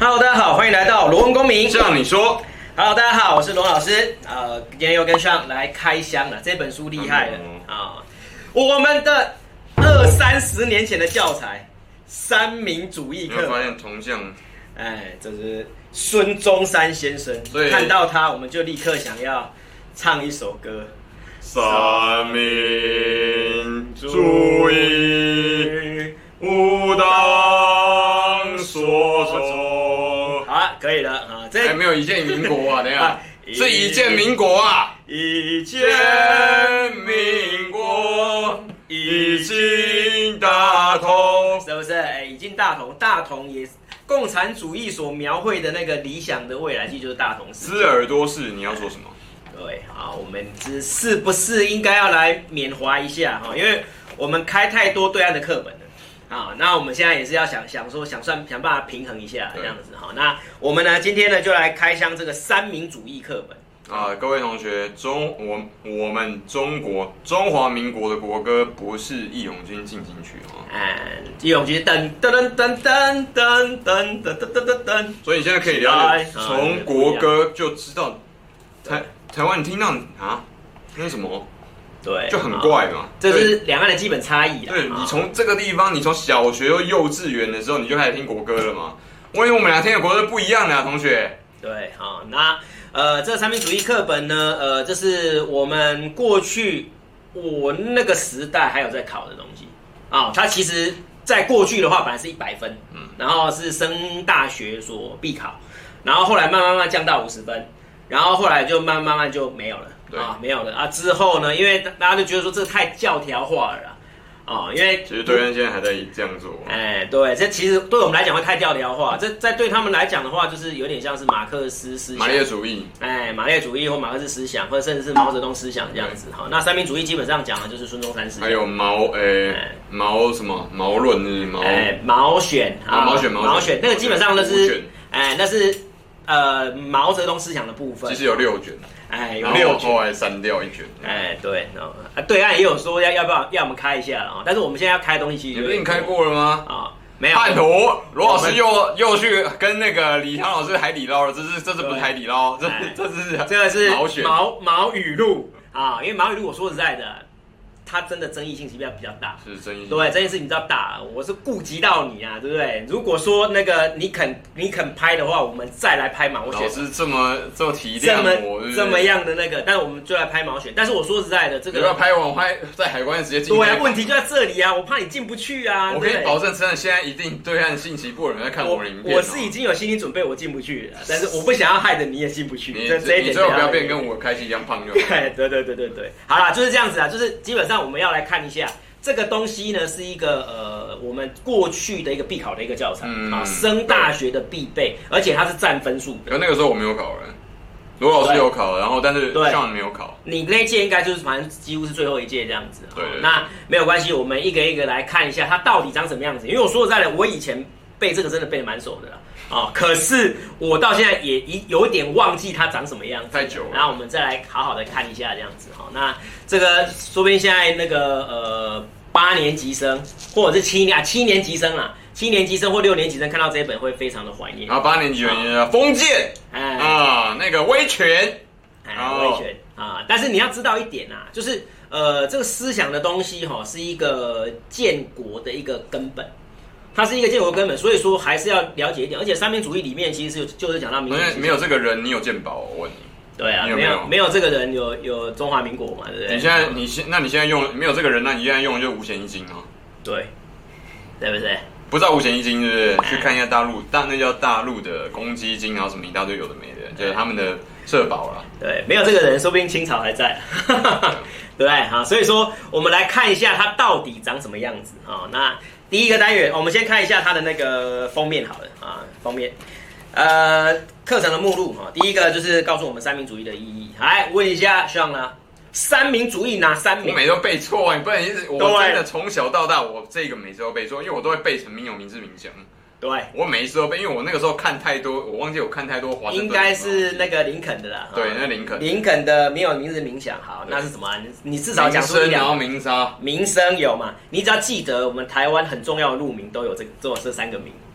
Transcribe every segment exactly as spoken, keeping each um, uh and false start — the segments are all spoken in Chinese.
Hello， 大家好，欢迎来到罗文公民。 这样你说 ，Hello， 大家好，我是罗老师。呃，今天又跟上来开箱了，这本书厉害了啊、嗯哦！我们的二三十年前的教材《三民主义课》， 有没有发现铜像？ 哎，这是孙中山先生。看到他，我们就立刻想要唱一首歌。 三民主义，吾党所宗。 好了，可以了啊！这还没有一建民国啊，等一下，是一建民国啊！ 一建民国，已经大同， 是不是？哎，已经大同，大同也共产主义所描绘的那个理想的未来，其实就是大同世界。 斯尔多士，你要说什么？ 对，好，我们这是不是应该要来缅怀一下哈？因为我们开太多对岸的课本了啊，那我们现在也是要想想说，想算想办法平衡一下这样子哈。那我们呢，今天呢就来开箱这个三民主义课本啊，各位同学，中我我们中国中华民国的国歌不是义勇军进行曲哦， 嗯，义勇军噔噔噔噔噔噔噔噔噔噔噔， 所以你现在可以了解，从国歌就知道台。台湾你听到啊，那是什么？ 对， 就很怪嘛。 这是两岸的基本差异。 对，你从这个地方，你从小学或幼稚园的时候，你就开始听国歌了嘛。我以为我们俩听的国歌不一样的、啊，同学。 对，好，那呃，这个三民主义课本呢，呃，这是我们过去我那个时代还有在考的东西啊、哦。它其实在过去的话，本来是一百分，嗯，然后是升大学所必考，然后后来慢慢慢降到五十分。然后后来就慢慢慢就没有了啊，没有了啊。之后呢，因为大家就觉得说这太教条化了啦，啊，因为其实对岸现在还在这样做。 哎，对，这其实对我们来讲会太教条化。这在对他们来讲的话，就是有点像是马克思思想、 马列主义， 哎，马列主义或马克思思想，或者甚至是毛泽东思想这样子。好，那三民主义基本上讲的就是孙中山思想， 还有毛诶毛什么毛论是毛哎毛选啊毛选毛选那个基本上那是哎那是。呃，毛泽东思想的部分， 其实有六卷， 哎，有六卷， 后来删掉一卷， 哎，对，啊，对岸也有说要要不要要我们开一下啊，但是我们现在要开东西， 你不是你开过了吗？ 啊，没有。 叛徒，罗老师又又去跟那个李唐老师海底捞了，这是这是不是海底捞？这这是这个是毛选毛毛语录啊，因为毛语录，我说实在的。它真的争议性比较比较大， 是争议性， 对，争议性比较大。我是顾及到你啊，对不对？如果说那个你肯你肯拍的话，我们再来拍毛选。 老师这么这么体谅我， 这么这么样的那个，但是我们就来拍毛选。但是我说实在的，这个你要拍完拍在海关直接进。 对啊，问题就在这里啊，我怕你进不去啊。 我可以保证，真的现在一定对岸信息部的人在看我们影片、 哦。我是已经有心理准备，我进不去了，但是我不想要害得你也进不去。 你这这一点， 你最后不要变跟我开心一样胖就好。 对对对对对，好啦，就是这样子啊，就是基本上我们要来看一下。这个东西呢，是一个呃，我们过去的一个必考的一个教材、嗯、啊，升大学的必备，而且它是占分数的。 可那个时候我没有考人，罗老师有考，然后但是上没有考。 你那一届应该就是反正几乎是最后一届这样子。 对, 对, 对， 那没有关系，我们一个一个来看一下它到底长什么样子。因为我说实在的，我以前背这个真的背得蛮熟的啦。啊、哦，可是我到现在也有点忘记它长什么样子， 太久了。 然后我们再来好好的看一下这样子哈。那这个说不定现在那个呃八年级生或者是七年啊七年级生啦，七年级生或六年级生看到这一本会非常的怀念。 然后八年级生封建，哎啊那个威权， 哎威权啊，但是你要知道一点啊，就是呃这个思想的东西哈、哦、是一个建国的一个根本。它是一个建国根本，所以说还是要了解一点。而且三民主义里面其实是就是讲到民主， 没有这个人，你有健保？我问你。 对啊， 有没有没有这个人有有中华民国嘛，对不对？ 你现在你现那你现在用没有这个人，那你现在用的就是五险一金啊？ 对，对不对？ 不知道五险一金是不是？去看一下大陆，大那叫大陆的公积金，然后什么一大堆有的没的，就是他们的社保啦。 对，没有这个人，说不定清朝还在，对不对？哈，所以说我们来看一下它到底长什么样子啊？那。第一个单元，我们先看一下它的那个封面好了啊，封面，呃，课程的目录哈。第一个就是告诉我们三民主义的意义。来问一下Sean呢，三民主义哪三民？ 我每都背错啊，你不能一直。我真的从小到大，我这个每次都背错，因为我都会背成民有、民治、民享。对，我每一次都背，因为我那个时候看太多，我忘记我看太多华盛顿。应该是那个林肯的啦。 对，那林肯。 林肯的民有、民治、民享，好，那是什么、啊？你你至少讲出一两。 然后民杀。 民生有嘛？你只要记得，我们台湾很重要的路名都有这这这三个名。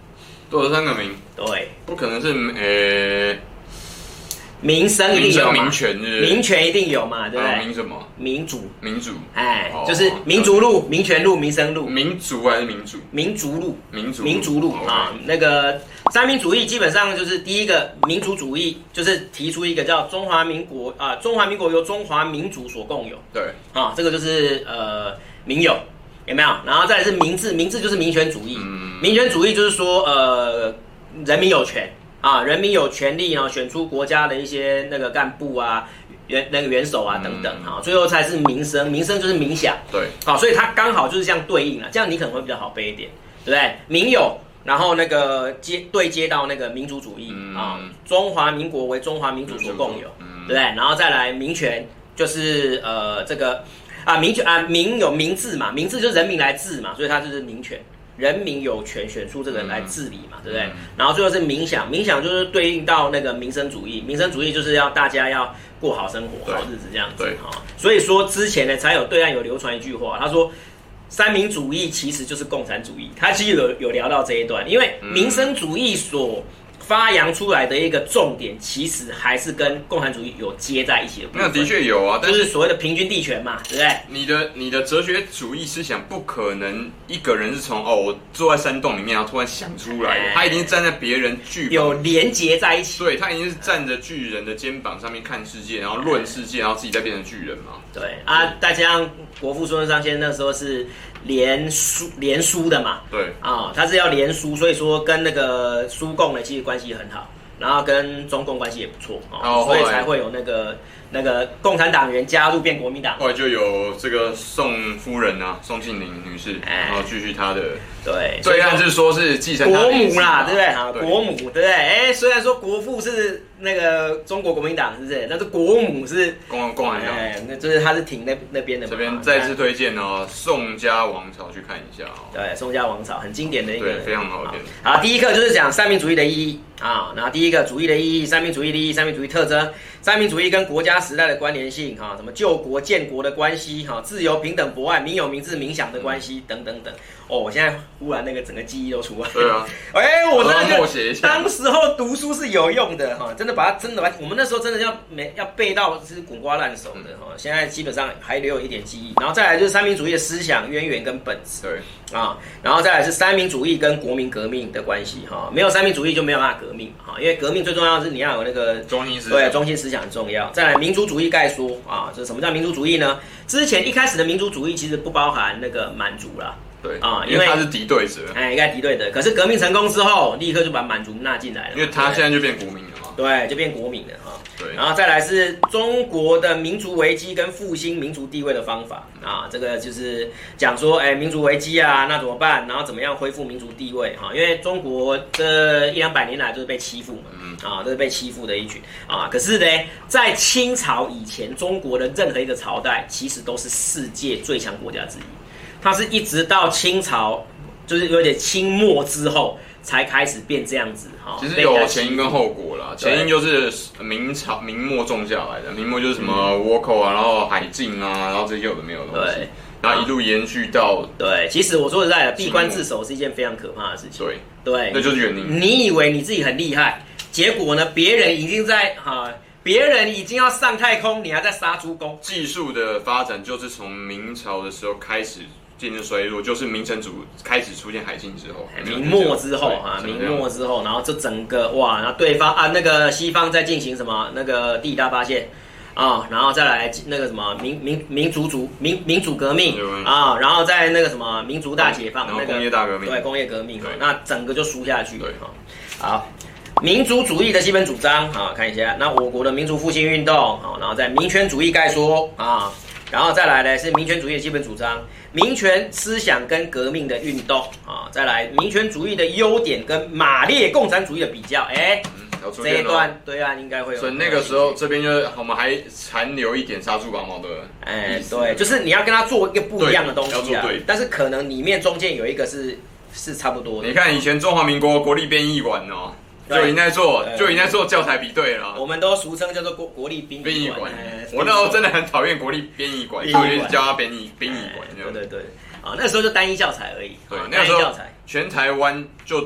多了三个民， 对， 不可能是呃。 民生一定有嘛， 民权是民权一定有嘛，对不对？ 民什么？ 民主， 民主， 哎，就是民族路、民权路、民生路。 民族还是民主？ 民族路， 民族民族路啊。那个三民主义基本上就是第一个民族主义，就是提出一个叫中华民国啊，中华民国由中华民族所共有。 对， 啊，这个就是呃民有，有没有？然后再来是民治，民治就是民权主义。嗯，民权主义就是说呃人民有权。啊，人民有权利啊，选出国家的一些那个干部啊、元那个元首啊等等啊，最后才是民生，民生就是民享。 对， 好，所以它刚好就是这样对应了，这样你可能会比较好背一点，对不对？民有，然后那个接对接到那个民族主义、嗯、啊，中华民国为中华民族所共有，嗯、对不对？然后再来民权，就是呃这个啊民权啊民有民治嘛，民治就是人民来治嘛，所以它就是民权。人民有权选出这个人来治理嘛，嗯、对不对？嗯、然后最后是冥想，冥想就是对应到那个民生主义，民生主义就是要大家要过好生活、好日子这样子哈。所以说之前呢，才有对岸有流传一句话，他说三民主义其实就是共产主义，他其实有有聊到这一段，因为民生主义所发扬出来的一个重点，其实还是跟共产主义有接在一起的部分。 那的确有啊，但是就是所谓的平均地权嘛，对不对？ 你的你的哲学主义思想不可能一个人是从哦，我坐在山洞里面，然后突然想出来的，他一定站在别人巨有连结在一起。 对，他一定是站着巨人的肩膀上面看世界，然后论世界，然后自己再变成巨人嘛。 对啊，再加上国父孙中山先生那时候是连苏连苏的嘛， 对啊、哦，他是要连苏，所以说跟那个苏共呢其实关系很好，然后跟中共关系也不错、哦、所以才会有那个那个共产党员加入变国民党。 后来就有这个宋夫人啊，宋庆龄女士，然后继续她的对， 对岸是说是继承国母啦，对不对？好，国母对不对？哎，虽然说国父是那个中国国民党，是不是？但是国母是共共产党， 哎，那就是他是挺那那边的嘛。 这边再次推荐哦，宋家王朝去看一下哦。 对，宋家王朝很经典的一个， 对，非常好的。 好，第一课就是讲三民主义的意义啊。然后第一个主义的意义，三民主义的意义，三民主义特征，三民主义跟国家时代的关联性哈，什么救国建国的关系哈，自由平等博爱，民有民治民享的关系等等等。哦，我现在忽然那个整个记忆都出来。 对啊， 哎，我真的默写一下。 当时候读书是有用的哈，真的把它真的把我们那时候真的要没要背到是滚瓜烂熟的哈。现在基本上还留有一点记忆。然后再来就是三民主义的思想渊源跟本质。 对啊，然后再来是三民主义跟国民革命的关系哈。没有三民主义就没有办法革命哈，因为革命最重要的是你要有那个中心思想。 对，中心思想很重要。再来民族主义概说啊，这什么叫民族主义呢？之前一开始的民族主义其实不包含那个满族啦。 对啊，因为他是敌对者， 哎，应该敌对的。可是革命成功之后，立刻就把满族纳进来了， 因为他现在就变国民了嘛。 对，就变国民了哈。 对， 然后再来是中国的民族危机跟复兴民族地位的方法啊，这个就是讲说，哎，民族危机啊，那怎么办？然后怎么样恢复民族地位哈？因为中国这一两百年来就是被欺负嘛，嗯、啊，都是被欺负的一群啊。可是呢，在清朝以前，中国的任何一个朝代其实都是世界最强国家之一。它是一直到清朝，就是有点清末之后，才开始变这样子哈。 其实有前因跟后果啦。前因就是明朝明末种下来的，明末就是什么倭寇啊，然后海禁啊，然后这些有的没有的东西，然后一路延续到对。其实我说实在的，闭关自守是一件非常可怕的事情。 对对， 那就是原因。 你以为你自己很厉害，结果呢，别人已经在哈。别人已经要上太空，你还在杀猪工。 技术的发展就是从明朝的时候开始渐渐衰弱，就是明成祖开始出现海禁之后， 明末之后哈，明末之后，然后这整个哇，然后对方啊，那个西方在进行什么那个地理大发现啊，然后再来那个什么民民民族主民民主革命啊，然后再那个什么民族大解放， 然后工业大革命， 对工业革命，那整个就输下去了哈。好。民族主义的基本主张啊，看一下。那我国的民族复兴运动啊，然后在民权主义概说啊，然后再来呢是民权主义的基本主张，民权思想跟革命的运动啊，再来民权主义的优点跟马列共产主义的比较。哎、嗯，这一段对岸应该会有。 所以那个时候这边就我们还残留一点杀猪拔毛的。 哎，对，就是你要跟他做一个不一样的东西啊，但是可能里面中间有一个是是差不多的。 你看以前中华民国国立编译馆哦。就已经在做，就已经在做教材比对了。 我们都俗称叫做国国立编译馆。 我那时候真的很讨厌国立编译馆，所以就叫它编译编译馆。 对对对，啊，那时候就单一教材而已。 对，那时候全台湾就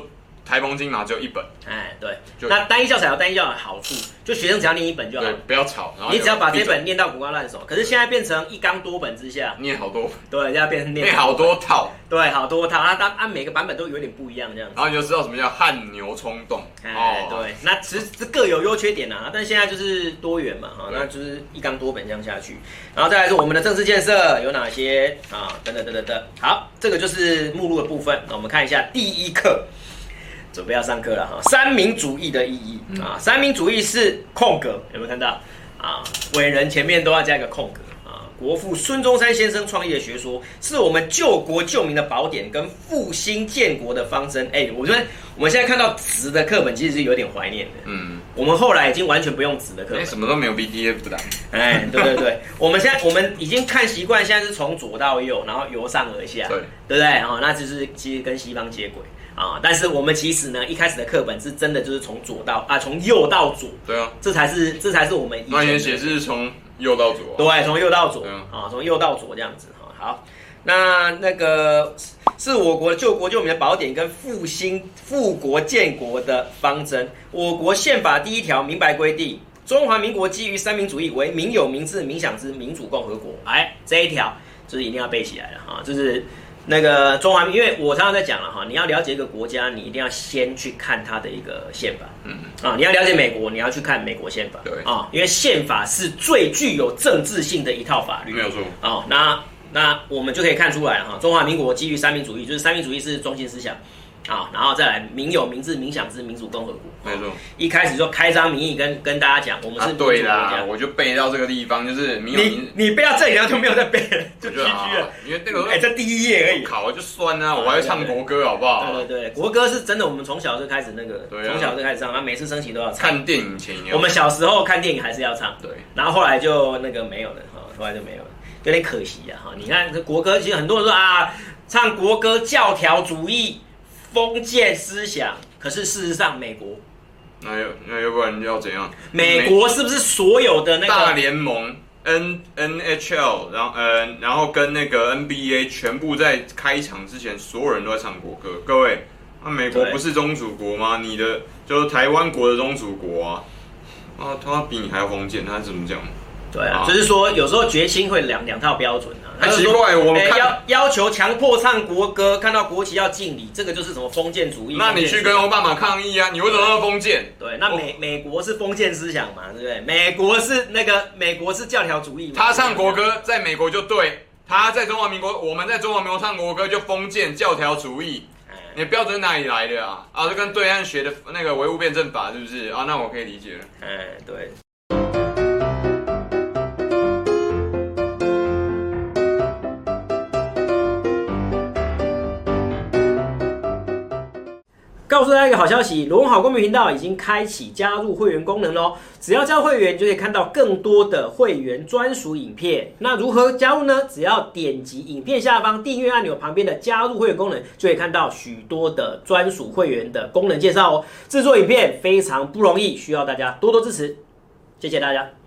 台澎金马只有一本。 哎，对。那单一教材有单一教材的好处，就学生只要念一本就好。 对，不要吵。 你只要把这本念到滚瓜烂熟。可是现在变成一纲多本之下， 念好多。 对，现在变成念好多套。 对，好多套。它它按每个版本都有点不一样这样子。 然后你就知道什么叫汗牛充栋。 哎，对。那其实各有优缺点啊，但现在就是多元嘛，哈，那就是一纲多本这样下去。然后再来是我们的政治建设有哪些啊？等等等等等。好，这个就是目录的部分。那我们看一下第一课。准备要上课了哈，三民主义的意义啊，三民主义是空格，有没有看到啊？伟人前面都要加一个空格啊。国父孙中山先生创立的学说，是我们救国救民的宝典跟复兴建国的方针。哎，我觉得我们现在看到纸的课本其实是有点怀念的。嗯，我们后来已经完全不用纸的课本， 什么都没有 P D F 的。 哎，对对对，我们现在我们已经看习惯，现在是从左到右，然后由上而下，对对不对？哦，那就是其实跟西方接轨。啊，但是我们其实呢，一开始的课本是真的就是从左到啊，从右到左。 对啊， 这才是这才是我们以前那也写是从右到左、啊。 对，从右到左啊，从右到左这样子哈。好，那那个是我国救国救民的宝典跟复兴复国建国的方针。我国宪法第一条明白规定，中华民国基于三民主义为民有、民治、民享之民主共和国。哎，这一条就是一定要背起来了哈，就是。那个中华民，因为我常常在讲了哈，你要了解一个国家，你一定要先去看它的一个宪法，嗯啊，你要了解美国，你要去看美国宪法，对啊，因为宪法是最具有政治性的一套法律， 没有错啊，那那我们就可以看出来了哈，中华民国基于三民主义，就是三民主义是中心思想。啊，然后再来民有、民治、民享之民主共和国， 没错。 一开始就开张民意跟跟大家讲，我们是民主国家。 啊、对啦，我就背到这个地方，就是民有民。你你背到这里，然后就没有再背了，就 G G 了。 因为那个哎，这第一页而已， 考就酸啊，我还会唱国歌，好不好？ 对对对，国歌是真的，我们从小就开始那个，从小就开始唱，然后每次升旗都要唱。 看电影前我们小时候看电影还是要唱， 对。 然后后来就那个没有了哈，后来就没有了，有点可惜啊哈。你看这国歌，其实很多人说啊，唱国歌教条主义。封建思想，可是事实上，美国那要那要不然要怎样？ 美国是不是所有的那个大联盟 N N H L， 然后呃，然后跟那个 N B A 全部在开场之前，所有人都在唱国歌。各位，那、啊、美国不是宗主国吗？你的就是台湾国的宗主国啊，啊，他比你还要封建，他是怎么讲？ 对啊，就是说有时候决心会两两套标准啊。 很奇怪，我们看、 欸、要要求强迫唱国歌，看到国旗要敬礼，这个就是什么封建主义？ 那你去跟奥巴马抗议啊！你为什么要封建？ 对，那美、哦、美国是封建思想嘛，对不对？美国是那个美国是教条主义嘛。 他唱国歌在美国就对，他在中华民国，我们在中华民国唱国歌就封建教条主义。你的标准哪里来的啊？啊，就跟对岸学的那个唯物辩证法是不是啊？那我可以理解了。 哎，对。告诉大家一个好消息，罗文好公民频道已经开启加入会员功能咯，只要加入会员就可以看到更多的会员专属影片。那如何加入呢？只要点击影片下方订阅按钮旁边的加入会员功能，就可以看到许多的专属会员的功能介绍哦。制作影片非常不容易，需要大家多多支持，谢谢大家。